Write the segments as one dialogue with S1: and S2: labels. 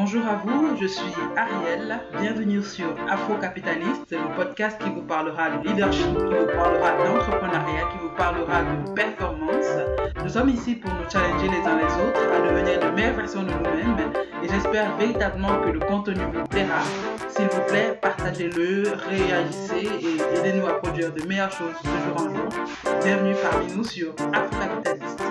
S1: Bonjour à vous, je suis Ariel. Bienvenue sur Afro-Capitaliste, le podcast qui vous parlera de leadership, qui vous parlera d'entrepreneuriat, qui vous parlera de performance. Nous sommes ici pour nous challenger les uns les autres à devenir de meilleures versions de nous-mêmes et j'espère véritablement que le contenu vous plaira. S'il vous plaît, partagez-le, réagissez et aidez-nous à produire de meilleures choses de jour en jour. Bienvenue parmi nous sur Afro-Capitaliste.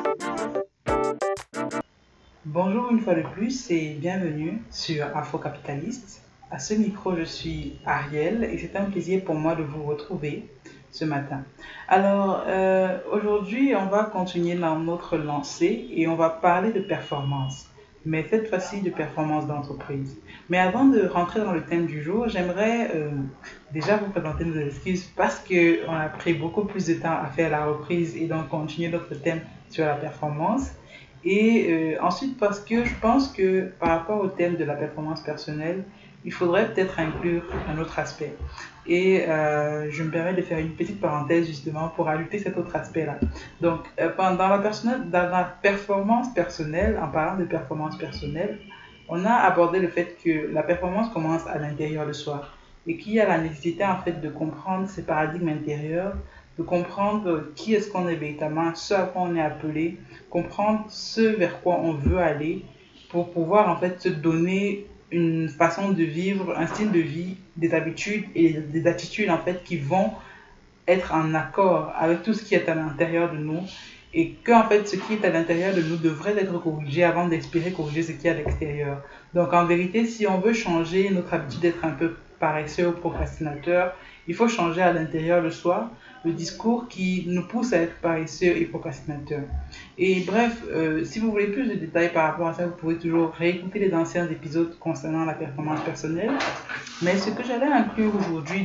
S1: Bonjour une fois de plus et bienvenue sur Afro-Capitaliste. À ce micro, je suis Ariel et c'est un plaisir pour moi de vous retrouver ce matin. Alors, aujourd'hui, on va continuer dans notre lancée et on va parler de performance, mais cette fois-ci de performance d'entreprise. Mais avant de rentrer dans le thème du jour, j'aimerais déjà vous présenter nos excuses parce qu'on a pris beaucoup plus de temps à faire la reprise et donc continuer notre thème sur la performance. Et ensuite parce que je pense que par rapport au thème de la performance personnelle, il faudrait peut-être inclure un autre aspect. Et je me permets de faire une petite parenthèse justement pour ajouter cet autre aspect-là. Donc dans la performance personnelle, en parlant de performance personnelle, on a abordé le fait que la performance commence à l'intérieur de soi et qu'il y a la nécessité en fait de comprendre ces paradigmes intérieurs, de comprendre qui est-ce qu'on est véritablement, ce à quoi on est appelé, comprendre ce vers quoi on veut aller pour pouvoir en fait se donner une façon de vivre, un style de vie, des habitudes et des attitudes en fait qui vont être en accord avec tout ce qui est à l'intérieur de nous et que en fait ce qui est à l'intérieur de nous devrait être corrigé avant d'espérer corriger ce qui est à l'extérieur. Donc en vérité, si on veut changer notre habitude d'être un peu paresseux ou procrastinateur, il faut changer à l'intérieur de soi le discours qui nous pousse à être paresseux et procrastinateur. Et bref, si vous voulez plus de détails par rapport à ça, vous pouvez toujours réécouter les anciens épisodes concernant la performance personnelle. Mais ce que j'allais inclure aujourd'hui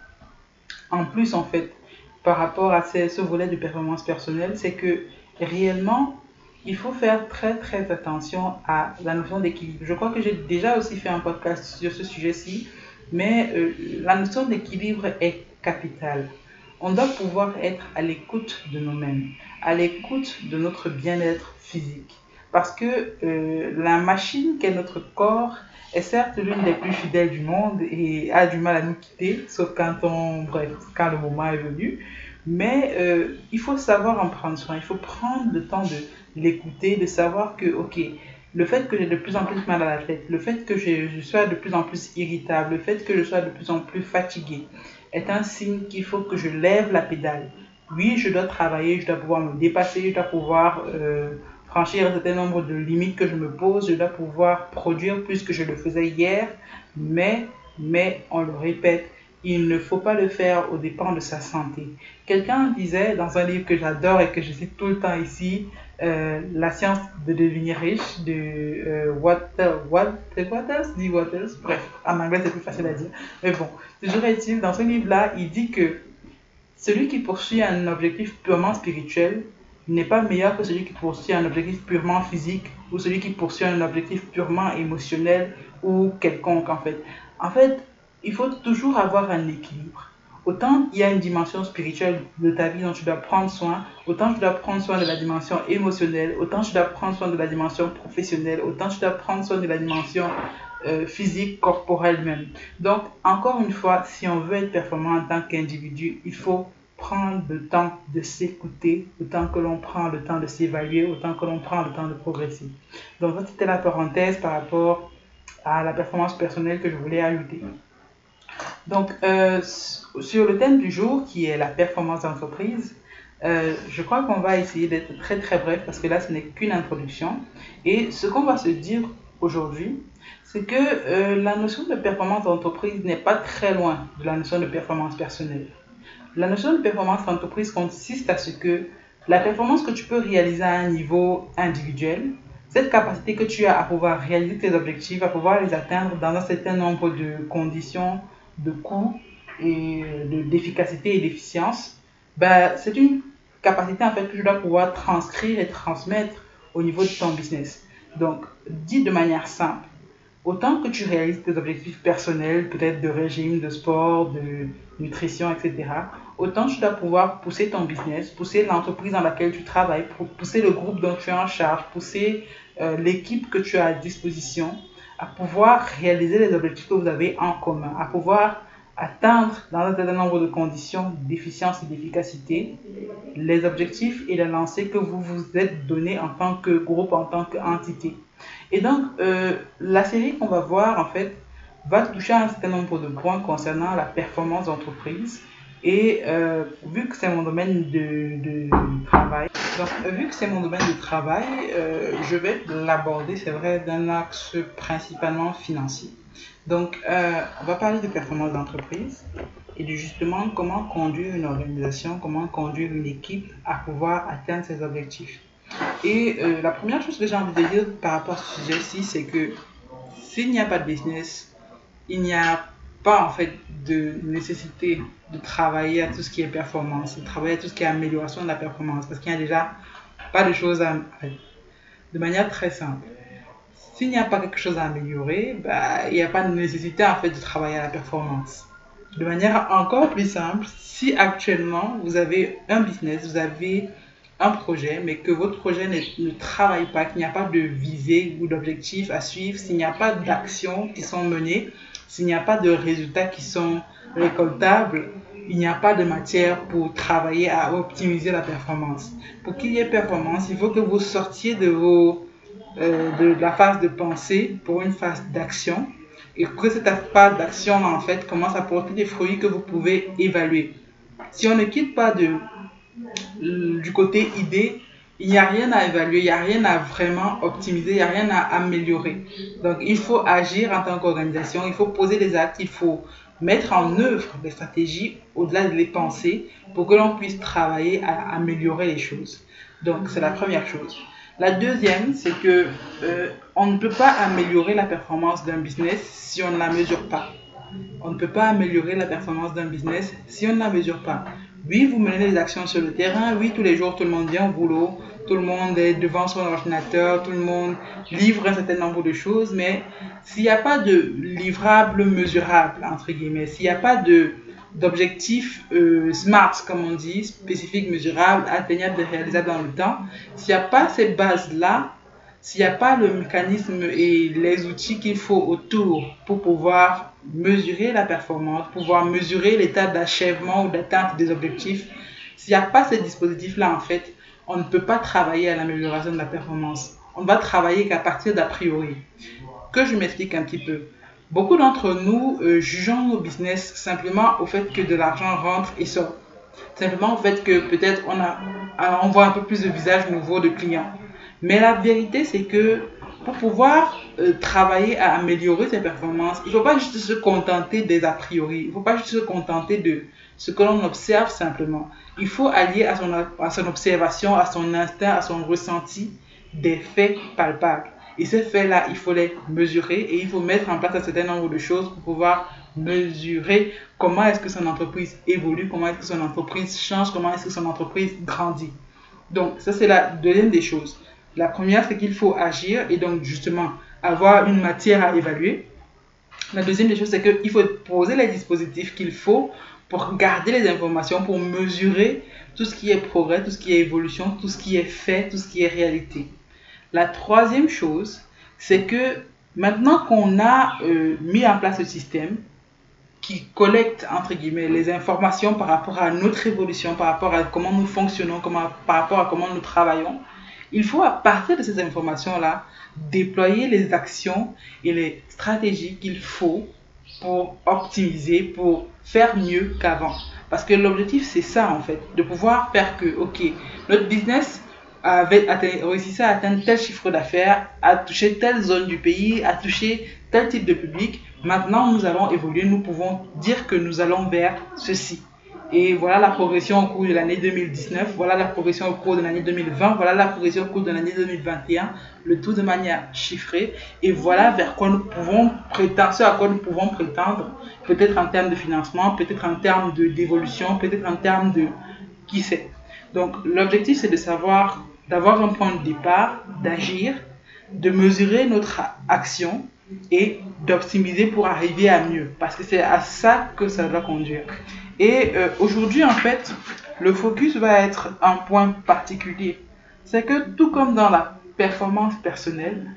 S1: en plus en fait, par rapport à ce volet de performance personnelle, c'est que réellement, il faut faire très très attention à la notion d'équilibre. Je crois que j'ai déjà aussi fait un podcast sur ce sujet-ci, mais la notion d'équilibre est capitale. On doit pouvoir être à l'écoute de nous-mêmes, à l'écoute de notre bien-être physique. Parce que la machine qu'est notre corps est certes l'une des plus fidèles du monde et a du mal à nous quitter, sauf quand le moment est venu. Mais il faut savoir en prendre soin, il faut prendre le temps de l'écouter, de savoir que, ok, le fait que j'ai de plus en plus mal à la tête, le fait que je sois de plus en plus irritable, le fait que je sois de plus en plus fatigué, est un signe qu'il faut que je lève la pédale. Oui, je dois travailler, je dois pouvoir me dépasser, je dois pouvoir franchir un certain nombre de limites que je me pose, je dois pouvoir produire plus que je le faisais hier, mais on le répète, il ne faut pas le faire aux dépens de sa santé. Quelqu'un disait dans un livre que j'adore et que je cite tout le temps ici, La science de devenir riche de Waters, bref, en anglais c'est plus facile à dire, mais bon, toujours est-il, dans ce livre-là, il dit que celui qui poursuit un objectif purement spirituel n'est pas meilleur que celui qui poursuit un objectif purement physique ou celui qui poursuit un objectif purement émotionnel ou quelconque en fait. En fait, il faut toujours avoir un équilibre. Autant il y a une dimension spirituelle de ta vie dont tu dois prendre soin, autant tu dois prendre soin de la dimension émotionnelle, autant tu dois prendre soin de la dimension professionnelle, autant tu dois prendre soin de la dimension physique, corporelle même. Donc, encore une fois, si on veut être performant en tant qu'individu, il faut prendre le temps de s'écouter, autant que l'on prend le temps de s'évaluer, autant que l'on prend le temps de progresser. Donc, ça, c'était la parenthèse par rapport à la performance personnelle que je voulais ajouter. Donc, sur le thème du jour, qui est la performance d'entreprise, je crois qu'on va essayer d'être très très bref parce que là, ce n'est qu'une introduction. Et ce qu'on va se dire aujourd'hui, c'est que la notion de performance d'entreprise n'est pas très loin de la notion de performance personnelle. La notion de performance d'entreprise consiste à ce que la performance que tu peux réaliser à un niveau individuel, cette capacité que tu as à pouvoir réaliser tes objectifs, à pouvoir les atteindre dans un certain nombre de conditions, de coûts et d'efficacité et d'efficience, c'est une capacité en fait que tu dois pouvoir transcrire et transmettre au niveau de ton business. Donc, dit de manière simple, autant que tu réalises tes objectifs personnels, peut-être de régime, de sport, de nutrition, etc., autant tu dois pouvoir pousser ton business, pousser l'entreprise dans laquelle tu travailles, pousser le groupe dont tu es en charge, pousser l'équipe que tu as à disposition à pouvoir réaliser les objectifs que vous avez en commun, à pouvoir atteindre dans un certain nombre de conditions d'efficience et d'efficacité les objectifs et les lancers que vous vous êtes donnés en tant que groupe, en tant qu'entité. Et donc, la série qu'on va voir, en fait, va toucher à un certain nombre de points concernant la performance d'entreprise. Et vu que c'est mon domaine de travail, vu que c'est mon domaine de travail, je vais l'aborder, c'est vrai, d'un axe principalement financier. Donc, on va parler de performance d'entreprise et de justement comment conduire une organisation, comment conduire une équipe à pouvoir atteindre ses objectifs. Et la première chose que j'ai envie de dire par rapport à ce sujet-ci, c'est que s'il n'y a pas de business, il n'y a pas en fait de nécessité de travailler à tout ce qui est performance, de travailler à tout ce qui est amélioration de la performance, parce qu'il n'y a déjà pas de choses à... De manière très simple, s'il n'y a pas quelque chose à améliorer, il n'y a pas de nécessité en fait de travailler à la performance. De manière encore plus simple, si actuellement vous avez un business, vous avez un projet, mais que votre projet ne travaille pas, qu'il n'y a pas de visée ou d'objectif à suivre, s'il n'y a pas d'actions qui sont menées, s'il n'y a pas de résultats qui sont récoltables, il n'y a pas de matière pour travailler à optimiser la performance. Pour qu'il y ait performance, il faut que vous sortiez de la phase de pensée pour une phase d'action et que cette phase d'action en fait commence à porter des fruits que vous pouvez évaluer. Si on ne quitte pas du côté idée, il n'y a rien à évaluer, il n'y a rien à vraiment optimiser, il n'y a rien à améliorer. Donc il faut agir en tant qu'organisation, il faut poser des actes, il faut mettre en œuvre des stratégies au-delà de les penser pour que l'on puisse travailler à améliorer les choses. Donc c'est la première chose. La deuxième, c'est que on ne peut pas améliorer la performance d'un business si on ne la mesure pas. On ne peut pas améliorer la performance d'un business si on ne la mesure pas. Oui, vous menez des actions sur le terrain. Oui, tous les jours, tout le monde vient au boulot. Tout le monde est devant son ordinateur. Tout le monde livre un certain nombre de choses. Mais s'il n'y a pas de livrable mesurable, entre guillemets, s'il n'y a pas d'objectifs SMART, comme on dit, spécifiques, mesurables, atteignables et réalisables dans le temps, s'il n'y a pas ces bases-là, s'il n'y a pas le mécanisme et les outils qu'il faut autour pour pouvoir mesurer la performance, pouvoir mesurer l'état d'achèvement ou d'atteinte des objectifs, s'il n'y a pas ces dispositifs-là, en fait, on ne peut pas travailler à l'amélioration de la performance. On ne va travailler qu'à partir d'a priori. Que je m'explique un petit peu. Beaucoup d'entre nous jugeons nos business simplement au fait que de l'argent rentre et sort. Simplement au fait que peut-être on voit un peu plus de visages nouveaux de clients. Mais la vérité, c'est que pour pouvoir travailler à améliorer ses performances, il ne faut pas juste se contenter des a priori. Il ne faut pas juste se contenter de ce que l'on observe simplement. Il faut allier à son observation, à son instinct, à son ressenti des faits palpables. Et ces faits-là, il faut les mesurer et il faut mettre en place un certain nombre de choses pour pouvoir mesurer comment est-ce que son entreprise évolue, comment est-ce que son entreprise change, comment est-ce que son entreprise grandit. Donc, ça, c'est la deuxième des choses. La première, c'est qu'il faut agir et donc justement avoir une matière à évaluer. La deuxième des choses, c'est qu'il faut poser les dispositifs qu'il faut pour garder les informations, pour mesurer tout ce qui est progrès, tout ce qui est évolution, tout ce qui est fait, tout ce qui est réalité. La troisième chose, c'est que maintenant qu'on a mis en place ce système qui collecte, entre guillemets, les informations par rapport à notre évolution, par rapport à comment nous fonctionnons, par rapport à comment nous travaillons, il faut à partir de ces informations-là, déployer les actions et les stratégies qu'il faut pour optimiser, pour faire mieux qu'avant. Parce que l'objectif, c'est ça en fait, de pouvoir faire que, ok, notre business réussissait à atteindre tel chiffre d'affaires, à toucher telle zone du pays, à toucher tel type de public. Maintenant, nous allons évoluer, nous pouvons dire que nous allons vers ceci. Et voilà la progression au cours de l'année 2019, voilà la progression au cours de l'année 2020, voilà la progression au cours de l'année 2021, le tout de manière chiffrée. Et voilà vers quoi nous pouvons prétendre, ce à quoi nous pouvons prétendre, peut-être en termes de financement, peut-être en termes d'évolution, peut-être en termes de qui sait. Donc l'objectif, c'est de savoir, d'avoir un point de départ, d'agir, de mesurer notre action et d'optimiser pour arriver à mieux. Parce que c'est à ça que ça doit conduire. Et aujourd'hui, en fait, le focus va être un point particulier. C'est que tout comme dans la performance personnelle,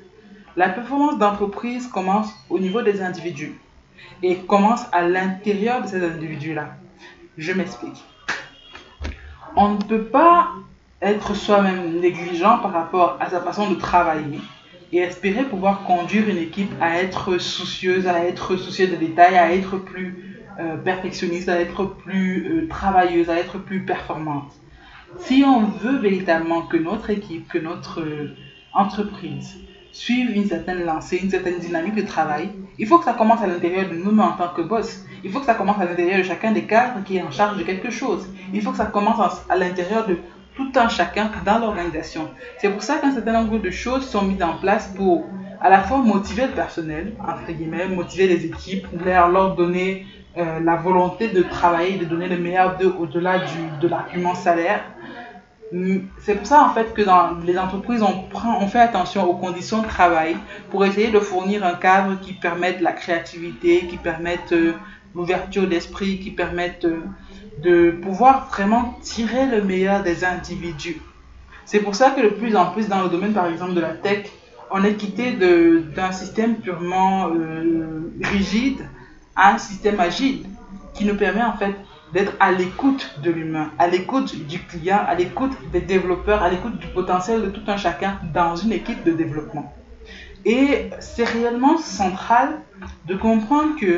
S1: La performance d'entreprise commence au niveau des individus et commence à l'intérieur de ces individus-là. Je m'explique. On ne peut pas être soi-même négligent par rapport à sa façon de travailler et espérer pouvoir conduire une équipe à être soucieuse, à être soucieuse des détails, à être plus perfectionniste, à être plus travailleuse, à être plus performante. Si on veut véritablement que notre équipe, que notre entreprise suive une certaine lancée, une certaine dynamique de travail, il faut que ça commence à l'intérieur de nous-mêmes en tant que boss. Il faut que ça commence à l'intérieur de chacun des cadres qui est en charge de quelque chose. Il faut que ça commence à l'intérieur de tout un chacun dans l'organisation. C'est pour ça qu'un certain nombre de choses sont mises en place pour à la fois motiver le personnel, entre guillemets, motiver les équipes, leur donner la volonté de travailler, de donner le meilleur d'eux au-delà de l'argument salaire. C'est pour ça en fait que dans les entreprises, on fait attention aux conditions de travail pour essayer de fournir un cadre qui permette la créativité, qui permette l'ouverture d'esprit, qui permette de pouvoir vraiment tirer le meilleur des individus. C'est pour ça que de plus en plus dans le domaine par exemple de la tech, on est quitté d'un système purement rigide à un système agile qui nous permet en fait d'être à l'écoute de l'humain, à l'écoute du client, à l'écoute des développeurs, à l'écoute du potentiel de tout un chacun dans une équipe de développement. Et c'est réellement central de comprendre que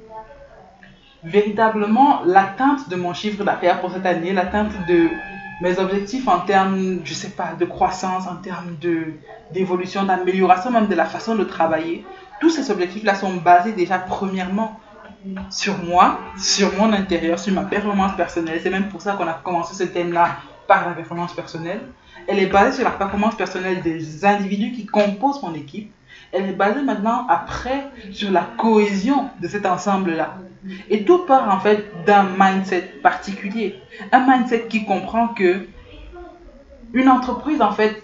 S1: véritablement l'atteinte de mon chiffre d'affaires pour cette année, l'atteinte de mes objectifs en termes, je sais pas, de croissance, en termes d'évolution, d'amélioration même de la façon de travailler, tous ces objectifs-là sont basés déjà premièrement sur moi, sur mon intérieur, sur ma performance personnelle. C'est même pour ça qu'on a commencé ce thème-là par la performance personnelle. Elle est basée sur la performance personnelle des individus qui composent mon équipe. Elle est basée maintenant après sur la cohésion de cet ensemble-là. Et tout part en fait d'un mindset particulier. Un mindset qui comprend que une entreprise en fait,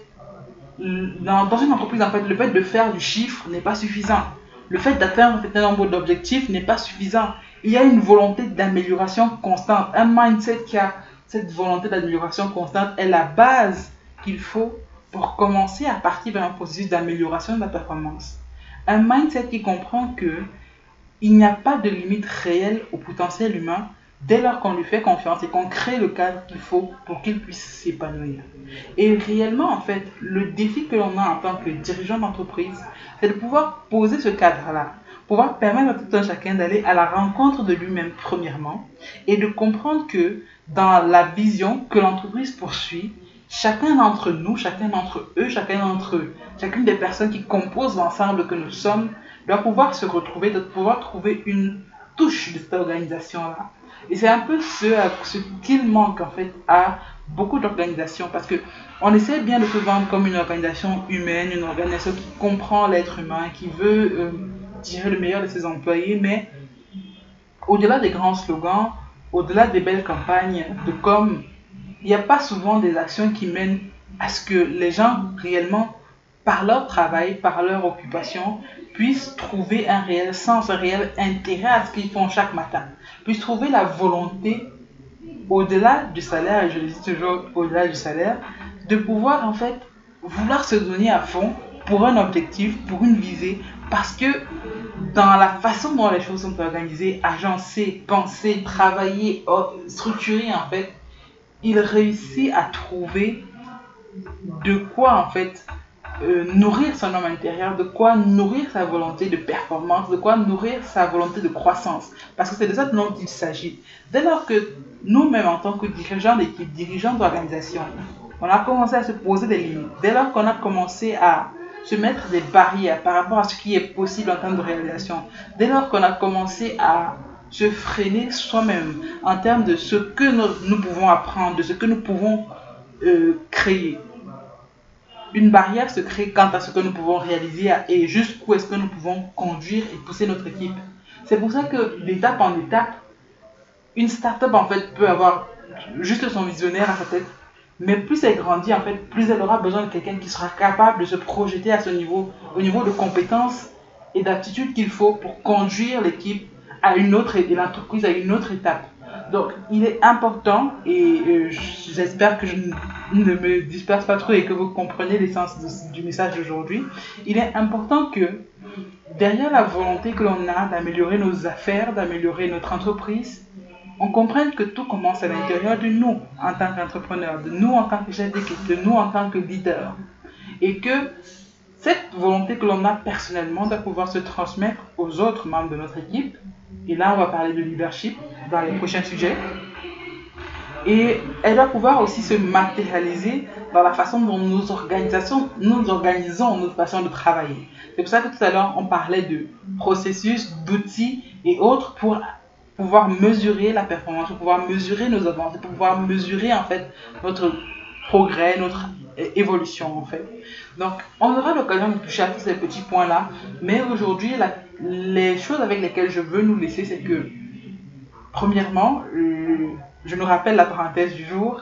S1: dans une entreprise en fait, le fait de faire du chiffre n'est pas suffisant. Le fait d'atteindre un certain nombre d'objectifs n'est pas suffisant. Il y a une volonté d'amélioration constante. Un mindset qui a cette volonté d'amélioration constante est la base qu'il faut pour commencer à partir vers un processus d'amélioration de la performance. Un mindset qui comprend que il n'y a pas de limite réelle au potentiel humain dès lors qu'on lui fait confiance et qu'on crée le cadre qu'il faut pour qu'il puisse s'épanouir. Et réellement, en fait, le défi que l'on a en tant que dirigeant d'entreprise, c'est de pouvoir poser ce cadre-là, pouvoir permettre à tout un chacun d'aller à la rencontre de lui-même premièrement et de comprendre que dans la vision que l'entreprise poursuit, chacun d'entre nous, chacun d'entre eux, chacune des personnes qui composent l'ensemble que nous sommes, doit pouvoir se retrouver, doit pouvoir trouver une touche de cette organisation-là. Et c'est un peu ce qu'il manque en fait à beaucoup d'organisations parce que on essaie bien de se vendre comme une organisation humaine, une organisation qui comprend l'être humain, qui veut tirer le meilleur de ses employés, mais au-delà des grands slogans, au-delà des belles campagnes de com, il n'y a pas souvent des actions qui mènent à ce que les gens réellement, par leur travail, par leur occupation, puissent trouver un réel sens, un réel intérêt à ce qu'ils font chaque matin, puissent trouver la volonté, au-delà du salaire, et je le dis toujours au-delà du salaire, de pouvoir en fait vouloir se donner à fond pour un objectif, pour une visée, parce que dans la façon dont les choses sont organisées, agencées, pensées, travaillées, structurées en fait, il réussit à trouver de quoi en fait nourrir son homme intérieur, de quoi nourrir sa volonté de performance, de quoi nourrir sa volonté de croissance. Parce que c'est de ça dont il s'agit. Dès lors que nous-mêmes, en tant que dirigeants d'équipe, dirigeants d'organisation, on a commencé à se poser des limites. Dès lors qu'on a commencé à se mettre des barrières par rapport à ce qui est possible en termes de réalisation, dès lors qu'on a commencé à se freiner soi-même en termes de ce que nous pouvons apprendre, de ce que nous pouvons créer. Une barrière se crée quant à ce que nous pouvons réaliser et jusqu'où est-ce que nous pouvons conduire et pousser notre équipe. C'est pour ça que d'étape en étape, une start-up en fait peut avoir juste son visionnaire à sa tête, mais plus elle grandit en fait, plus elle aura besoin de quelqu'un qui sera capable de se projeter à ce niveau, au niveau de compétences et d'aptitudes qu'il faut pour conduire l'équipe à une autre et l'entreprise à une autre étape. Donc, il est important, et j'espère que je ne me disperse pas trop et que vous comprenez l'essence du message d'aujourd'hui. Il est important que derrière la volonté que l'on a d'améliorer nos affaires, d'améliorer notre entreprise, on comprenne que tout commence à l'intérieur de nous en tant qu'entrepreneur, de nous en tant que chef d'équipe, de nous en tant que leader. Et que cette volonté que l'on a personnellement doit pouvoir se transmettre aux autres membres de notre équipe. Et là, on va parler de leadership dans les prochains sujets. Et elle doit pouvoir aussi se matérialiser dans la façon dont nous organisons notre façon de travailler. C'est pour ça que tout à l'heure, on parlait de processus, d'outils et autres pour pouvoir mesurer la performance, pour pouvoir mesurer nos avancées, pour pouvoir mesurer en fait notre progrès, notre évolution en fait. Donc, on aura l'occasion de toucher à tous ces petits points-là, mais aujourd'hui, les choses avec lesquelles je veux nous laisser, c'est que, premièrement, je nous rappelle la parenthèse du jour,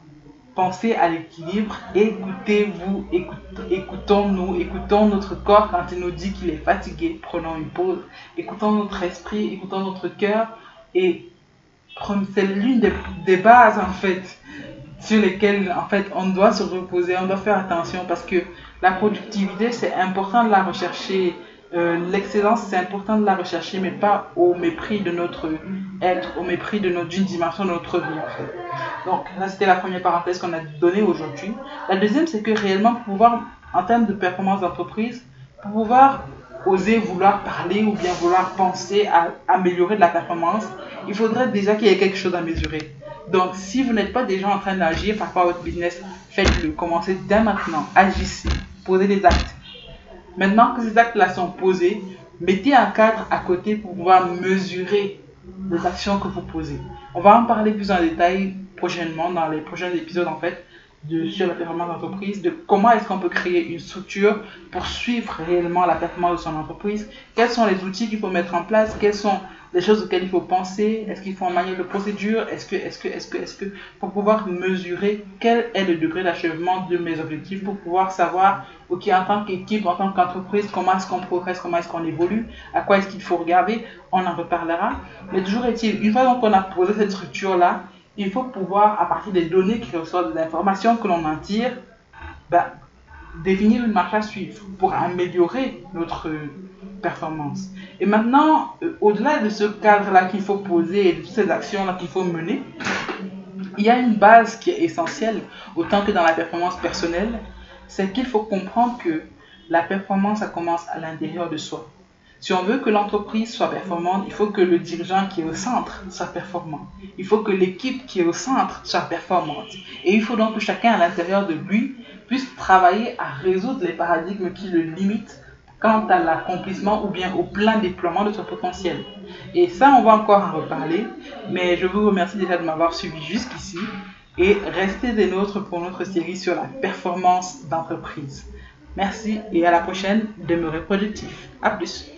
S1: pensez à l'équilibre, écoutez-vous, écoutons-nous, écoutons notre corps quand il nous dit qu'il est fatigué, prenons une pause, écoutons notre esprit, écoutons notre cœur, et c'est l'une des bases en fait sur lesquelles en fait on doit se reposer, on doit faire attention parce que la productivité c'est important de la rechercher, l'excellence c'est important de la rechercher mais pas au mépris de notre être, au mépris d'une dimension de notre vie en fait. Donc là c'était la première parenthèse qu'on a donnée aujourd'hui. La deuxième c'est que réellement pour pouvoir en termes de performance d'entreprise, pour pouvoir oser vouloir parler ou bien vouloir penser à améliorer de la performance, il faudrait déjà qu'il y ait quelque chose à mesurer. Donc, si vous n'êtes pas déjà en train d'agir par rapport à votre business, faites-le. Commencez dès maintenant. Agissez. Posez des actes. Maintenant que ces actes-là sont posés, mettez un cadre à côté pour pouvoir mesurer les actions que vous posez. On va en parler plus en détail prochainement, dans les prochains épisodes en fait, sur la performance d'entreprise, de comment est-ce qu'on peut créer une structure pour suivre réellement la performance de son entreprise, quels sont les outils qu'il faut mettre en place, quelles sont les choses auxquelles il faut penser, est-ce qu'il faut un manuel de procédure, est-ce que, pour pouvoir mesurer quel est le degré d'achèvement de mes objectifs, pour pouvoir savoir, ok, en tant qu'équipe, en tant qu'entreprise, comment est-ce qu'on progresse, comment est-ce qu'on évolue, à quoi est-ce qu'il faut regarder, on en reparlera. Mais toujours est-il, une fois qu'on a posé cette structure-là, il faut pouvoir, à partir des données qui ressortent, des informations que l'on en tire, définir une marche à suivre pour améliorer notre performance. Et maintenant, au-delà de ce cadre-là qu'il faut poser et de toutes ces actions-là qu'il faut mener, il y a une base qui est essentielle, autant que dans la performance personnelle, c'est qu'il faut comprendre que la performance, ça commence à l'intérieur de soi. Si on veut que l'entreprise soit performante, il faut que le dirigeant qui est au centre soit performant. Il faut que l'équipe qui est au centre soit performante. Et il faut donc que chacun à l'intérieur de lui puisse travailler à résoudre les paradigmes qui le limitent quant à l'accomplissement ou bien au plein déploiement de son potentiel. Et ça, on va encore en reparler, mais je vous remercie déjà de m'avoir suivi jusqu'ici et restez des nôtres pour notre série sur la performance d'entreprise. Merci et à la prochaine, demeurez productif. À plus.